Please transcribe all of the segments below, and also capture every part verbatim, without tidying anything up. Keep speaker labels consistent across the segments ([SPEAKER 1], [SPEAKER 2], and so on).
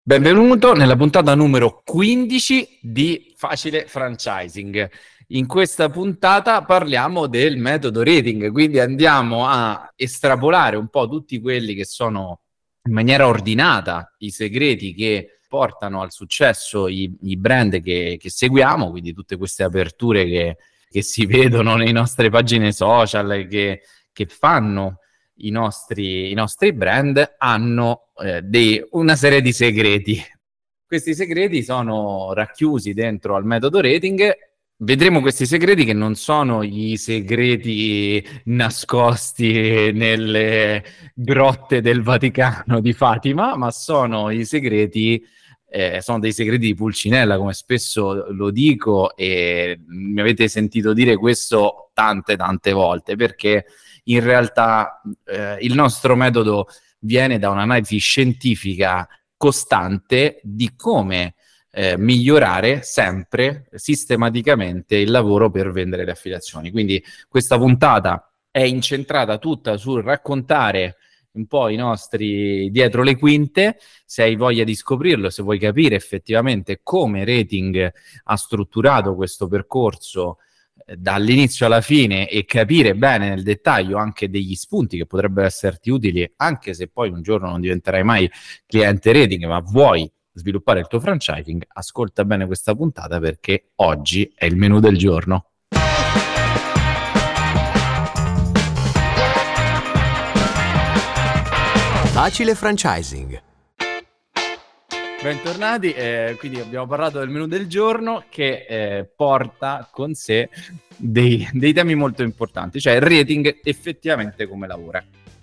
[SPEAKER 1] Benvenuto nella puntata numero quindici di Facile Franchising. In questa puntata parliamo del metodo rating, quindi andiamo a estrapolare un po' tutti quelli che sono in maniera ordinata i segreti che portano al successo i, i brand che, che seguiamo, quindi tutte queste aperture che, che si vedono nelle nostre pagine social, che, che fanno i nostri, i nostri brand hanno eh, dei, una serie di segreti. Questi segreti sono racchiusi dentro al metodo rating. Vedremo questi segreti che non sono i segreti nascosti nelle grotte del Vaticano di Fatima, ma sono i segreti, eh, sono dei segreti di Pulcinella, come spesso lo dico, e mi avete sentito dire questo tante tante volte, perché in realtà eh, il nostro metodo viene da un'analisi scientifica costante di come eh, migliorare sempre sistematicamente il lavoro per vendere le affiliazioni. Quindi questa puntata è incentrata tutta sul raccontare un po' i nostri dietro le quinte. Se hai voglia di scoprirlo, se vuoi capire effettivamente come Rating ha strutturato questo percorso dall'inizio alla fine e capire bene nel dettaglio anche degli spunti che potrebbero esserti utili, anche se poi un giorno non diventerai mai cliente rating, ma vuoi sviluppare il tuo franchising, ascolta bene questa puntata perché oggi è il menù del giorno.
[SPEAKER 2] Facile Franchising.
[SPEAKER 1] Bentornati, eh, quindi abbiamo parlato del menù del giorno che eh, porta con sé dei, dei temi molto importanti, cioè il rating effettivamente come lavora.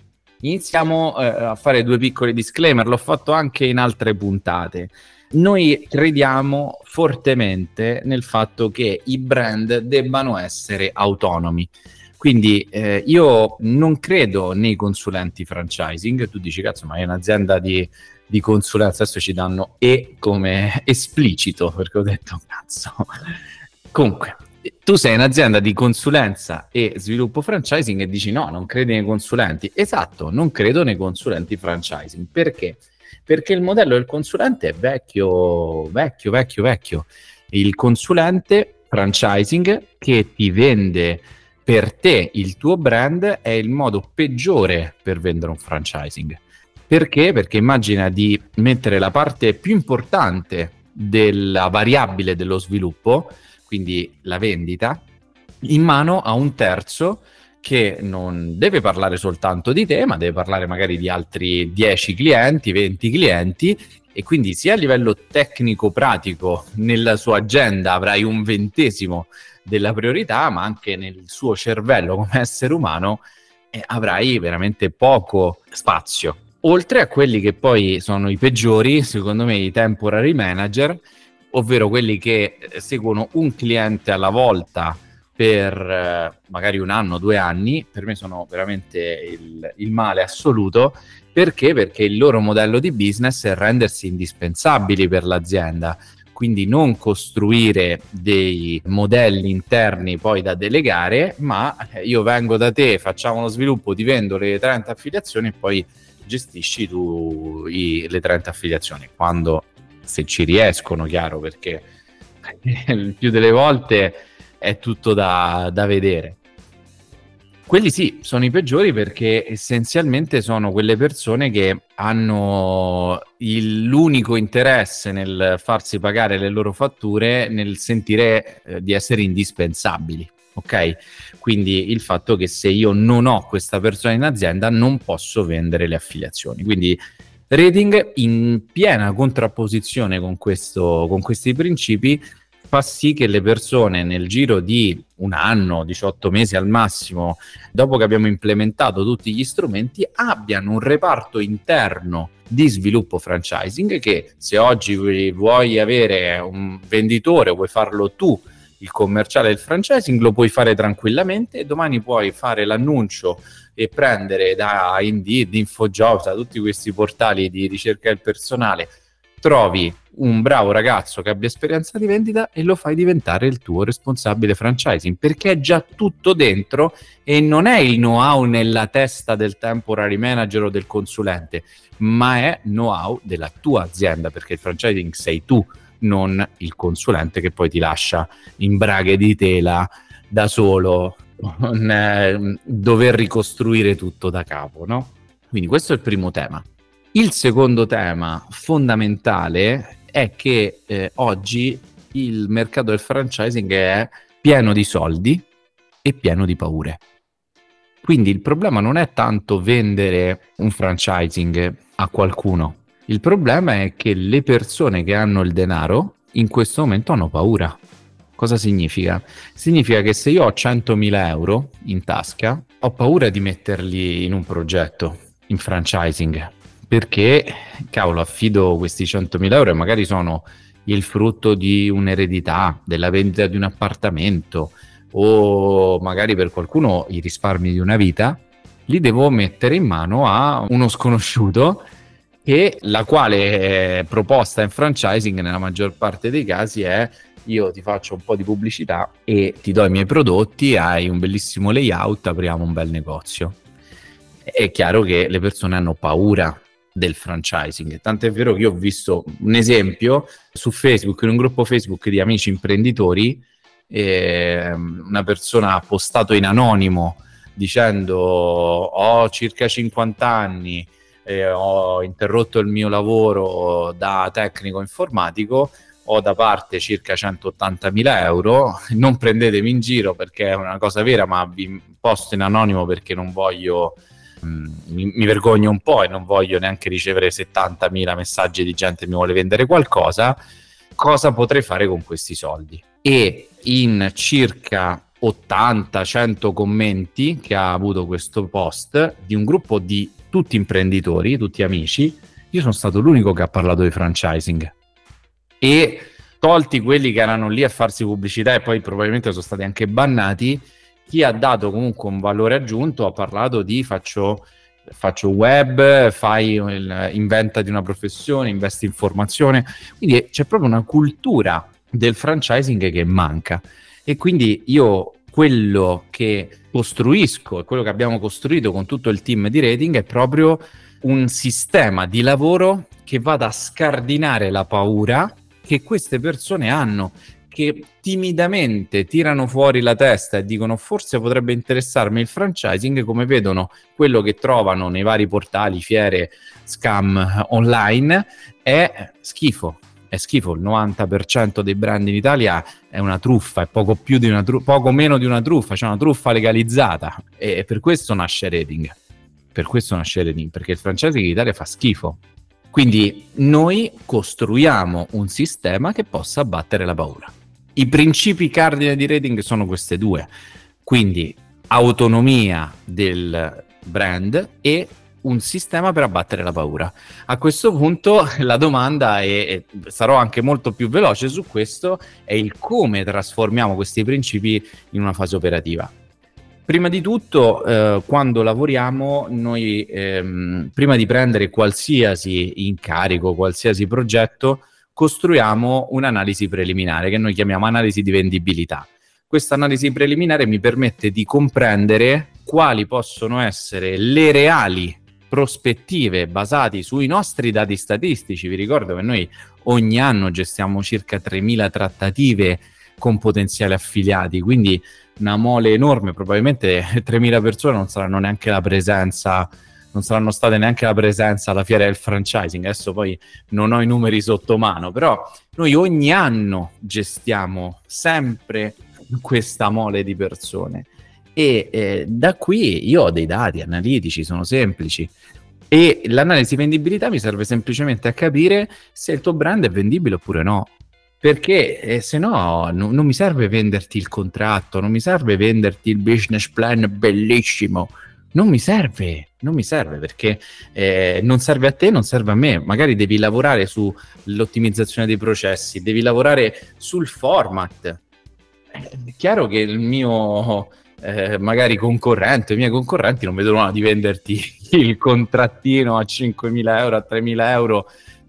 [SPEAKER 1] Iniziamo eh, a fare due piccoli disclaimer, l'ho fatto anche in altre puntate. Noi crediamo fortemente nel fatto che i brand debbano essere autonomi. Quindi eh, io non credo nei consulenti franchising. Tu dici, cazzo, ma è un'azienda di, di consulenza, adesso ci danno E come esplicito, perché ho detto, cazzo. Comunque, tu sei un'azienda di consulenza e sviluppo franchising e dici no, non credi nei consulenti. Esatto, non credo nei consulenti franchising. Perché? Perché il modello del consulente è vecchio, vecchio, vecchio, vecchio. Il consulente franchising che ti vende per te il tuo brand è il modo peggiore per vendere un franchising. Perché? Perché immagina di mettere la parte più importante della variabile dello sviluppo, quindi la vendita, in mano a un terzo che non deve parlare soltanto di te, ma deve parlare magari di altri dieci clienti, venti clienti, e quindi sia a livello tecnico-pratico nella sua agenda avrai un ventesimo della priorità, ma anche nel suo cervello come essere umano eh, avrai veramente poco spazio. Oltre a quelli che poi sono i peggiori, secondo me, i temporary manager, ovvero quelli che seguono un cliente alla volta per eh, magari un anno, due anni. Per me sono veramente il, il male assoluto. Perché? Perché il loro modello di business è rendersi indispensabili per l'azienda. Quindi non costruire dei modelli interni poi da delegare, ma io vengo da te, facciamo lo sviluppo, ti vendo le trenta affiliazioni e poi gestisci tu i, le trenta affiliazioni. Quando, se ci riescono, chiaro, perché il più delle volte è tutto da, da vedere. Quelli sì, sono i peggiori perché essenzialmente sono quelle persone che hanno il, l'unico interesse nel farsi pagare le loro fatture, nel sentire eh, di essere indispensabili, ok? Quindi il fatto che se io non ho questa persona in azienda non posso vendere le affiliazioni. Quindi rating in piena contrapposizione con, questo, con questi principi fa sì che le persone nel giro di un anno, diciotto mesi al massimo, dopo che abbiamo implementato tutti gli strumenti, abbiano un reparto interno di sviluppo franchising che se oggi vuoi avere un venditore, vuoi farlo tu, il commerciale del franchising, lo puoi fare tranquillamente e domani puoi fare l'annuncio e prendere da Indeed, InfoJobs, da tutti questi portali di ricerca del personale, trovi un bravo ragazzo che abbia esperienza di vendita e lo fai diventare il tuo responsabile franchising, perché è già tutto dentro e non è il know-how nella testa del temporary manager o del consulente, ma è know-how della tua azienda, perché il franchising sei tu, non il consulente che poi ti lascia in braghe di tela da solo, con, eh, dover ricostruire tutto da capo, no? Quindi questo è il primo tema. Il secondo tema fondamentale è che eh, oggi il mercato del franchising è pieno di soldi e pieno di paure. Quindi il problema non è tanto vendere un franchising a qualcuno, il problema è che le persone che hanno il denaro in questo momento hanno paura. Cosa significa? Significa che se io ho centomila euro in tasca, ho paura di metterli in un progetto, in franchising, perché, cavolo, affido questi centomila euro e magari sono il frutto di un'eredità, della vendita di un appartamento o magari per qualcuno i risparmi di una vita, li devo mettere in mano a uno sconosciuto che la quale proposta in franchising nella maggior parte dei casi è: io ti faccio un po' di pubblicità e ti do i miei prodotti, hai un bellissimo layout, apriamo un bel negozio. È chiaro che le persone hanno paura del franchising, tant'è vero che io ho visto un esempio su Facebook, in un gruppo Facebook di amici imprenditori, eh, una persona ha postato in anonimo dicendo: ho circa cinquanta anni, eh, ho interrotto il mio lavoro da tecnico informatico, ho da parte circa centottantamila euro, non prendetemi in giro perché è una cosa vera, ma vi posto in anonimo perché non voglio, mh, mi, mi vergogno un po' e non voglio neanche ricevere settantamila messaggi di gente che mi vuole vendere qualcosa. Cosa potrei fare con questi soldi? E in circa ottanta cento commenti che ha avuto questo post di un gruppo di tutti imprenditori, tutti amici, io sono stato l'unico che ha parlato di franchising. E tolti quelli che erano lì a farsi pubblicità e poi probabilmente sono stati anche bannati, chi ha dato comunque un valore aggiunto ha parlato di faccio, faccio web, fai il, inventati una professione, investi in formazione. Quindi c'è proprio una cultura del franchising che manca, e quindi io quello che costruisco e quello che abbiamo costruito con tutto il team di Rating è proprio un sistema di lavoro che vada a scardinare la paura che queste persone hanno, che timidamente tirano fuori la testa e dicono: forse potrebbe interessarmi il franchising, come vedono quello che trovano nei vari portali, fiere, scam online, è schifo. È schifo, il novanta per cento dei brand in Italia è una truffa, è poco più di una truffa, poco meno di una truffa, cioè una truffa legalizzata, e per questo nasce Rating. Per questo nasce Rating, perché il franchising in Italia fa schifo. Quindi noi costruiamo un sistema che possa abbattere la paura. I principi cardine di Rating sono queste due, quindi autonomia del brand e un sistema per abbattere la paura. A questo punto la domanda, è, e sarò anche molto più veloce su questo, è il come trasformiamo questi principi in una fase operativa. Prima di tutto, eh, quando lavoriamo, noi ehm, prima di prendere qualsiasi incarico, qualsiasi progetto, costruiamo un'analisi preliminare che noi chiamiamo analisi di vendibilità. Questa analisi preliminare mi permette di comprendere quali possono essere le reali prospettive basati sui nostri dati statistici. Vi ricordo che noi ogni anno gestiamo circa tremila trattative con potenziali affiliati, quindi una mole enorme. Probabilmente tremila persone non saranno neanche la presenza, non saranno state neanche la presenza alla fiera del franchising. Adesso poi non ho i numeri sotto mano, però noi ogni anno gestiamo sempre questa mole di persone. E eh, da qui io ho dei dati analitici, sono semplici, e l'analisi vendibilità mi serve semplicemente a capire se il tuo brand è vendibile oppure no, perché eh, se no no non mi serve venderti il contratto, non mi serve venderti il business plan bellissimo, non mi serve, non mi serve perché eh, non serve a te, non serve a me. Magari devi lavorare sull'ottimizzazione dei processi, devi lavorare sul format. È chiaro che il mio Eh, magari concorrente, i miei concorrenti non vedono l'ora di venderti il contrattino a cinquemila euro, a tremila euro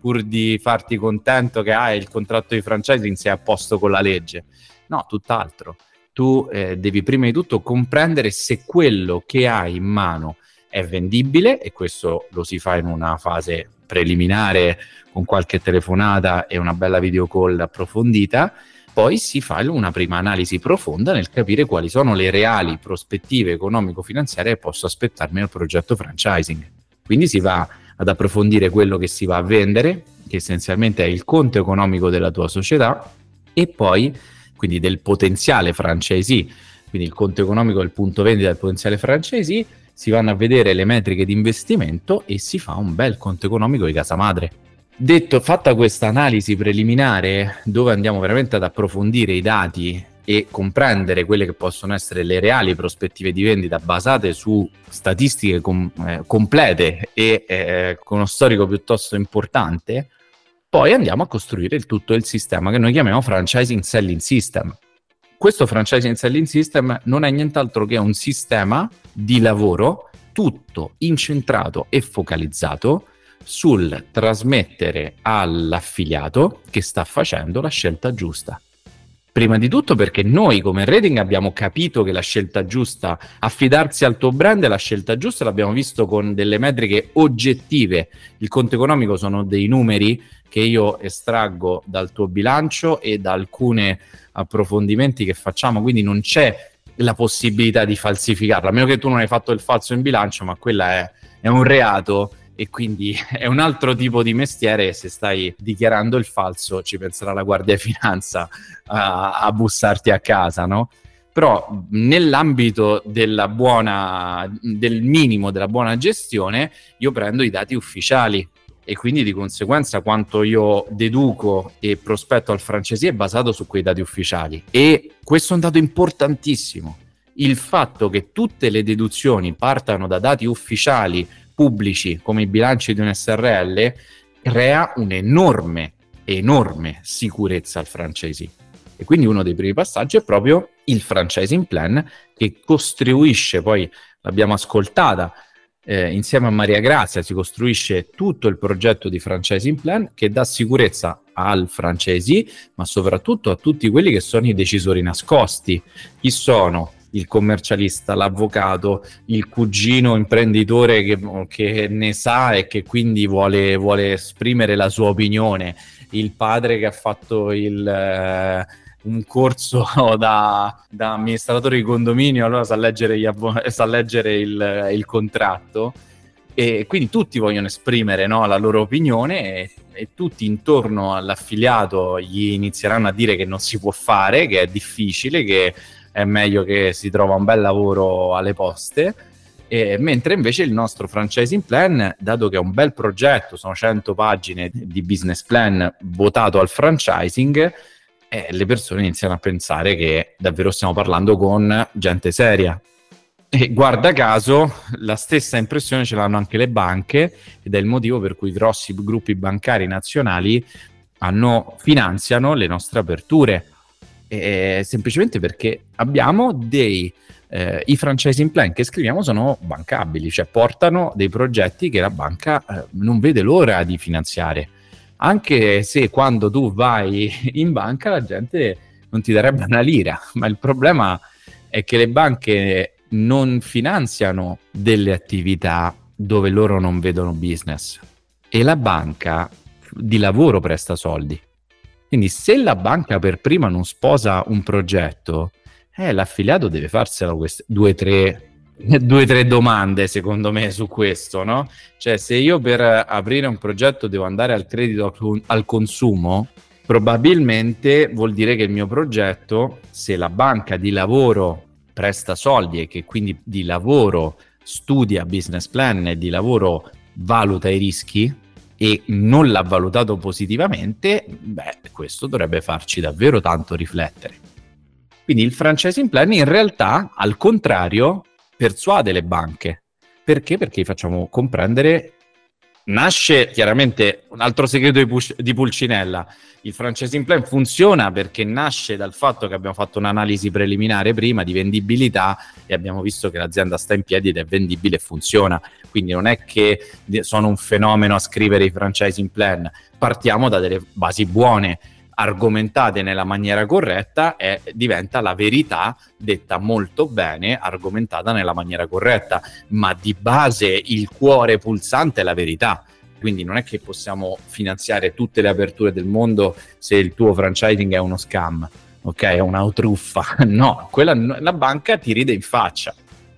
[SPEAKER 1] pur di farti contento che hai il contratto di franchising sei a posto con la legge. No, tutt'altro. Tu eh, devi prima di tutto comprendere se quello che hai in mano è vendibile, e questo lo si fa in una fase preliminare con qualche telefonata e una bella video call approfondita. Poi si fa una prima analisi profonda nel capire quali sono le reali prospettive economico-finanziarie che posso aspettarmi dal progetto franchising. Quindi si va ad approfondire quello che si va a vendere, che essenzialmente è il conto economico della tua società, e poi quindi del potenziale franchisee, quindi il conto economico del punto vendita del potenziale franchisee, si vanno a vedere le metriche di investimento e si fa un bel conto economico di casa madre. Detto, fatta questa analisi preliminare dove andiamo veramente ad approfondire i dati e comprendere quelle che possono essere le reali prospettive di vendita basate su statistiche com- eh, complete e eh, con uno storico piuttosto importante, poi andiamo a costruire il tutto il sistema che noi chiamiamo Franchising Selling System. Questo Franchising Selling System non è nient'altro che un sistema di lavoro tutto incentrato e focalizzato sul trasmettere all'affiliato che sta facendo la scelta giusta. Prima di tutto perché noi come rating abbiamo capito che la scelta giusta, affidarsi al tuo brand è la scelta giusta, l'abbiamo visto con delle metriche oggettive. Il conto economico sono dei numeri che io estraggo dal tuo bilancio e da alcuni approfondimenti che facciamo, quindi non c'è la possibilità di falsificarla, a meno che tu non hai fatto il falso in bilancio, ma quella è, è un reato e quindi è un altro tipo di mestiere. Se stai dichiarando il falso ci penserà la Guardia di Finanza a, a bussarti a casa, no? Però nell'ambito della buona, del minimo della buona gestione, io prendo i dati ufficiali e quindi di conseguenza quanto io deduco e prospetto al franchisee è basato su quei dati ufficiali. E questo è un dato importantissimo, il fatto che tutte le deduzioni partano da dati ufficiali pubblici come i bilanci di un S R L crea un'enorme, enorme sicurezza al franchisee. E quindi uno dei primi passaggi è proprio il franchising plan, che costruisce, poi l'abbiamo ascoltata eh, insieme a Maria Grazia, si costruisce tutto il progetto di franchising plan che dà sicurezza al franchisee, ma soprattutto a tutti quelli che sono i decisori nascosti. Chi sono? Il commercialista, l'avvocato, il cugino imprenditore che, che ne sa e che quindi vuole, vuole esprimere la sua opinione, il padre che ha fatto il, eh, un corso da, da amministratore di condominio, allora sa leggere, gli avvo- sa leggere il, il contratto, e quindi tutti vogliono esprimere, no, la loro opinione e, e tutti intorno all'affiliato gli inizieranno a dire che non si può fare, che è difficile, che è meglio che si trova un bel lavoro alle poste, e mentre invece il nostro franchising plan, dato che è un bel progetto, sono cento pagine di business plan votato al franchising, eh, le persone iniziano a pensare che davvero stiamo parlando con gente seria. E guarda caso la stessa impressione ce l'hanno anche le banche, ed è il motivo per cui grossi gruppi bancari nazionali hanno, finanziano le nostre aperture. Eh, semplicemente perché abbiamo dei eh, i franchising plan che scriviamo sono bancabili, cioè portano dei progetti che la banca eh, non vede l'ora di finanziare, anche se quando tu vai in banca la gente non ti darebbe una lira. Ma il problema è che le banche non finanziano delle attività dove loro non vedono business, e la banca di lavoro presta soldi. Quindi se la banca per prima non sposa un progetto, eh, l'affiliato deve farsela queste due tre, due tre domande, secondo me, su questo, no? Cioè, se io per aprire un progetto devo andare al credito al consumo, probabilmente vuol dire che il mio progetto, se la banca di lavoro presta soldi e che quindi di lavoro studia business plan e di lavoro valuta i rischi, e non l'ha valutato positivamente, beh, questo dovrebbe farci davvero tanto riflettere. Quindi il franchising plan in realtà, al contrario, persuade le banche. Perché? Perché facciamo comprendere nasce chiaramente un altro segreto di, Pus- di Pulcinella. Il franchising plan funziona perché nasce dal fatto che abbiamo fatto un'analisi preliminare prima di vendibilità e abbiamo visto che l'azienda sta in piedi ed è vendibile e funziona. Quindi non è che sono un fenomeno a scrivere i franchising plan, partiamo da delle basi buone, argomentate nella maniera corretta e diventa la verità detta molto bene, argomentata nella maniera corretta, ma di base il cuore pulsante è la verità. Quindi non è che possiamo finanziare tutte le aperture del mondo se il tuo franchising è uno scam, ok? È una truffa. No, quella, la banca ti ride in faccia.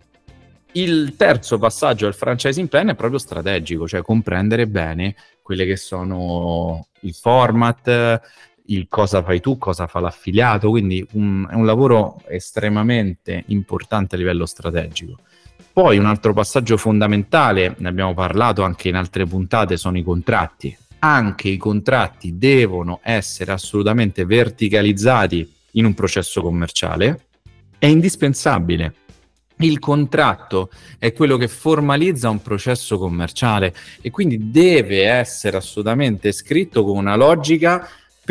[SPEAKER 1] Il terzo passaggio del franchising plan è proprio strategico, cioè comprendere bene quelle che sono il format, il cosa fai tu, cosa fa l'affiliato, quindi un, è un lavoro estremamente importante a livello strategico. Poi un altro passaggio fondamentale, ne abbiamo parlato anche in altre puntate, sono i contratti. Anche i contratti devono essere assolutamente verticalizzati in un processo commerciale. È indispensabile. Il contratto è quello che formalizza un processo commerciale e quindi deve essere assolutamente scritto con una logica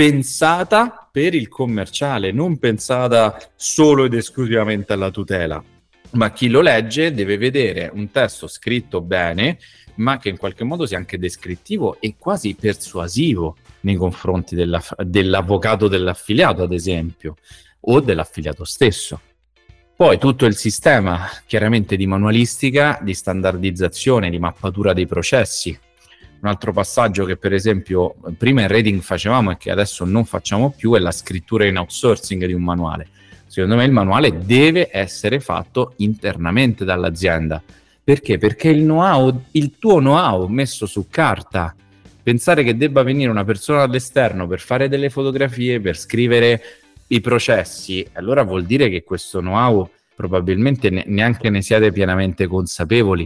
[SPEAKER 1] pensata per il commerciale, non pensata solo ed esclusivamente alla tutela. Ma chi lo legge deve vedere un testo scritto bene, ma che in qualche modo sia anche descrittivo e quasi persuasivo nei confronti della, dell'avvocato dell'affiliato, ad esempio, o dell'affiliato stesso. Poi tutto il sistema, chiaramente, di manualistica, di standardizzazione, di mappatura dei processi. Un altro passaggio che, per esempio, prima in rating facevamo e che adesso non facciamo più è la scrittura in outsourcing di un manuale. Secondo me il manuale deve essere fatto internamente dall'azienda. Perché? Perché il know-how, il tuo know-how messo su carta, pensare che debba venire una persona dall'esterno per fare delle fotografie, per scrivere i processi, allora vuol dire che questo know-how probabilmente ne- neanche ne siete pienamente consapevoli.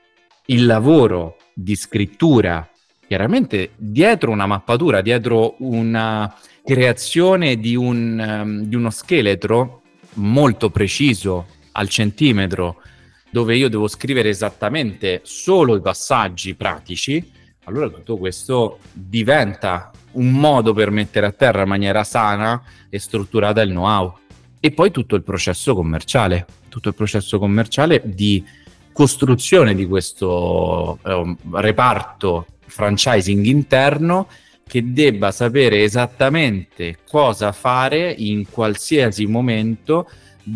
[SPEAKER 1] Il lavoro di scrittura, chiaramente dietro una mappatura, dietro una creazione di, un, um, di uno scheletro molto preciso, al centimetro, dove io devo scrivere esattamente solo i passaggi pratici, allora tutto questo diventa un modo per mettere a terra in maniera sana e strutturata il know-how. E poi tutto il processo commerciale, tutto il processo commerciale di costruzione di questo eh, reparto franchising interno che debba sapere esattamente cosa fare in qualsiasi momento,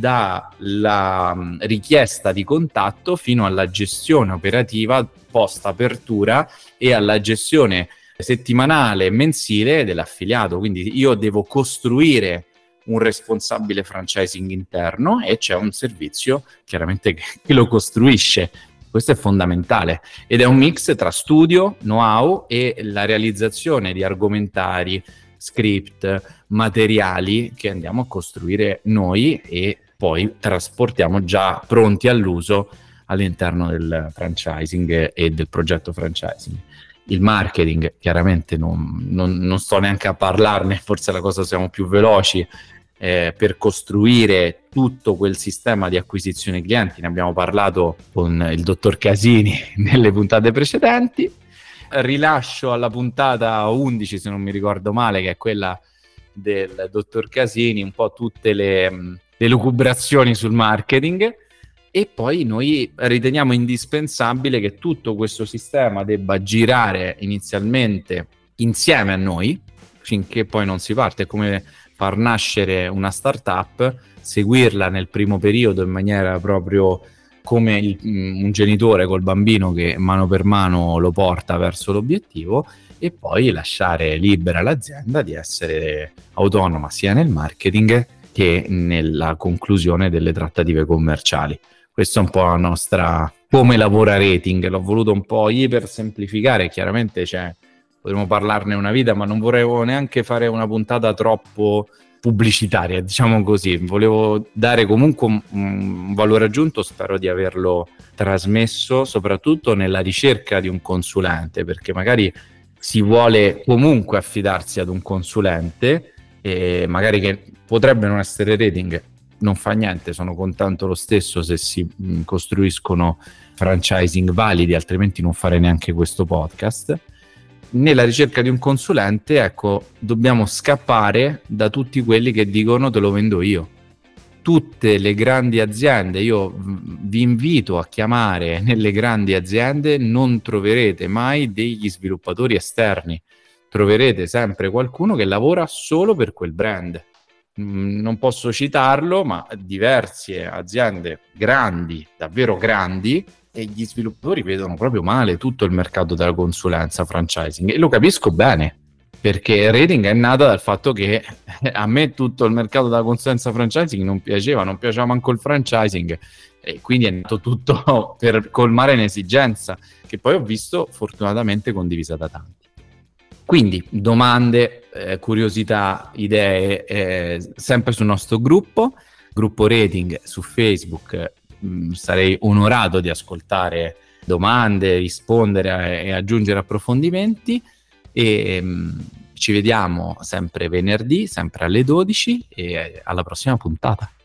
[SPEAKER 1] dalla richiesta di contatto fino alla gestione operativa post apertura e alla gestione settimanale e mensile dell'affiliato. Quindi io devo costruire un responsabile franchising interno e c'è un servizio chiaramente che, che lo costruisce. Questo è fondamentale ed è un mix tra studio, know-how e la realizzazione di argomentari, script, materiali che andiamo a costruire noi e poi trasportiamo già pronti all'uso all'interno del franchising e del progetto franchising. Il marketing, chiaramente non, non, non sto neanche a parlarne, forse la cosa siamo più veloci, eh, per costruire tutto quel sistema di acquisizione clienti. Ne abbiamo parlato con il dottor Casini nelle puntate precedenti. Rilascio alla puntata undici, se non mi ricordo male, che è quella del dottor Casini, un po' tutte le, le lucubrazioni sul marketing. E poi noi riteniamo indispensabile che tutto questo sistema debba girare inizialmente insieme a noi finché poi non si parte. È come far nascere una startup, seguirla nel primo periodo in maniera proprio come il, un genitore col bambino che mano per mano lo porta verso l'obiettivo e poi lasciare libera l'azienda di essere autonoma sia nel marketing che nella conclusione delle trattative commerciali. Questa è un po' la nostra come lavora Rating. L'ho voluto un po' iper semplificare, chiaramente cioè, potremmo parlarne una vita, ma non volevo neanche fare una puntata troppo pubblicitaria, diciamo così. Volevo dare comunque un, un valore aggiunto, spero di averlo trasmesso, soprattutto nella ricerca di un consulente, perché magari si vuole comunque affidarsi ad un consulente, e magari che potrebbe non essere Rating, non fa niente, sono contento lo stesso se si mh, costruiscono franchising validi, altrimenti non farei neanche questo podcast. Nella ricerca di un consulente, ecco, dobbiamo scappare da tutti quelli che dicono te lo vendo io. Tutte le grandi aziende, io vi invito a chiamare nelle grandi aziende, non troverete mai degli sviluppatori esterni, troverete sempre qualcuno che lavora solo per quel brand. Non posso citarlo, ma diverse aziende grandi, davvero grandi, e gli sviluppatori vedono proprio male tutto il mercato della consulenza franchising, e lo capisco bene, perché Rating è nata dal fatto che a me tutto il mercato della consulenza franchising non piaceva, non piaceva manco il franchising, e quindi è nato tutto per colmare un'esigenza che poi ho visto fortunatamente condivisa da tanti. Quindi domande, eh, curiosità, idee, eh, sempre sul nostro gruppo, gruppo Rating su Facebook. Mh, sarei onorato di ascoltare domande, rispondere e aggiungere approfondimenti, e mh, ci vediamo sempre venerdì, sempre alle dodici, e alla prossima puntata.